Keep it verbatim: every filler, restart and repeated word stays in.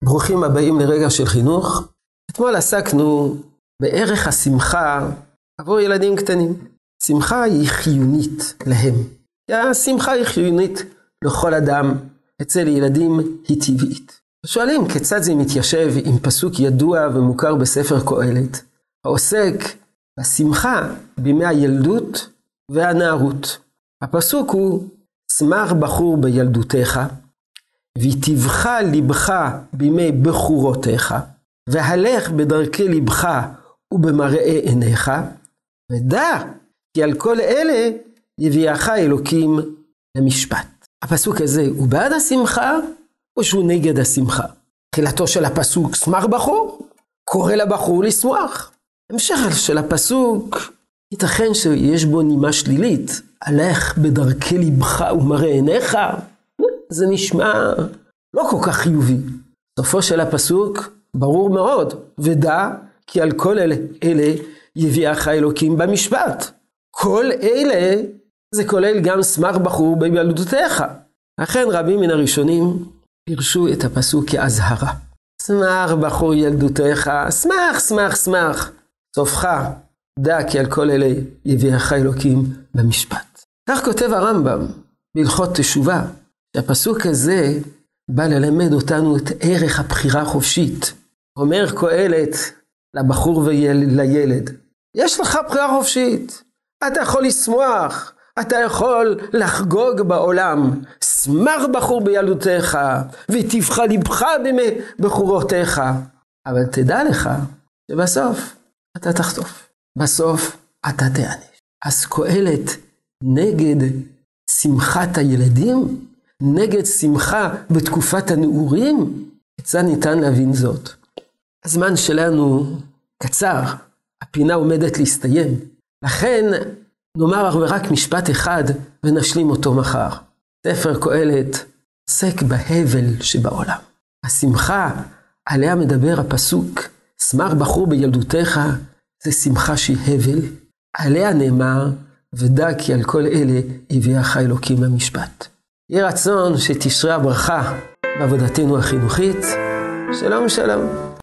ברוכים הבאים לרגע של חינוך. אתמול עסקנו בערך השמחה עבור ילדים קטנים. שמחה היא חיונית להם. השמחה היא חיונית לכל אדם. אצל ילדים היא טבעית. שואלים כיצד זה מתיישב עם פסוק ידוע ומוכר בספר קהלת, העוסק בשמחה בימי הילדות והנערות. הפסוק הוא, שמח בחור בילדותך, ויטבך לבך בימי בחורותיך, והלך בדרכי לבך ובמראה עיניך, ודע כי על כל אלה יביאך אלוקים למשפט. הפסוק הזה הוא בעד השמחה או שהוא נגד השמחה? תחילתו של הפסוק שמח בחור, קורא לבחור לשמוח. המשך של הפסוק ייתכן שיש בו נימה שלילית, הלך בדרכי לבך ומראה עיניך, זה נשמע לא כל כך חיובי. סופו של הפסוק ברור מאוד, ודע כי על כל אלה, אלה יביאך אלוקים במשפט. כל אלה זה כולל גם שמח בחור בילדותך. לכן רבים מן הראשונים פירשו את הפסוק כאזהרה. שמח בחור ילדותך, שמח, שמח, שמח. סופך, דע כי על כל אלה יביאך אלוקים במשפט. כך כותב הרמב"ם בהלכות תשובה, שהפסוק הזה בא ללמד אותנו את ערך הבחירה החופשית. אומר קהלת לבחור ולילד, יש לך בחירה חופשית, אתה יכול לשמוח, אתה יכול לחגוג בעולם, שמח בחור בילדותך, וטבך לבך בימי בחורותיך. אבל תדע לך שבסוף אתה תחטוף, בסוף אתה תענש. אז קהלת נגד שמחת הילדים, נגד שמחה בתקופת הנעורים, כיצד ניתן להבין זאת? הזמן שלנו קצר, הפינה עומדת להסתיים, לכן נאמר רק משפט אחד ונשלים אותו מחר. ספר קהלת עוסק בהבל שבעולם. השמחה עליה מדבר הפסוק, שמח בחור בילדותך, זה שמחה שהיא הבל. עליה נאמר, ודע כי על כל אלה יביאך אלוקים למשפט. יהיה רצון שתשרה הברכה בעבודתנו החינוכית. שלום שלום.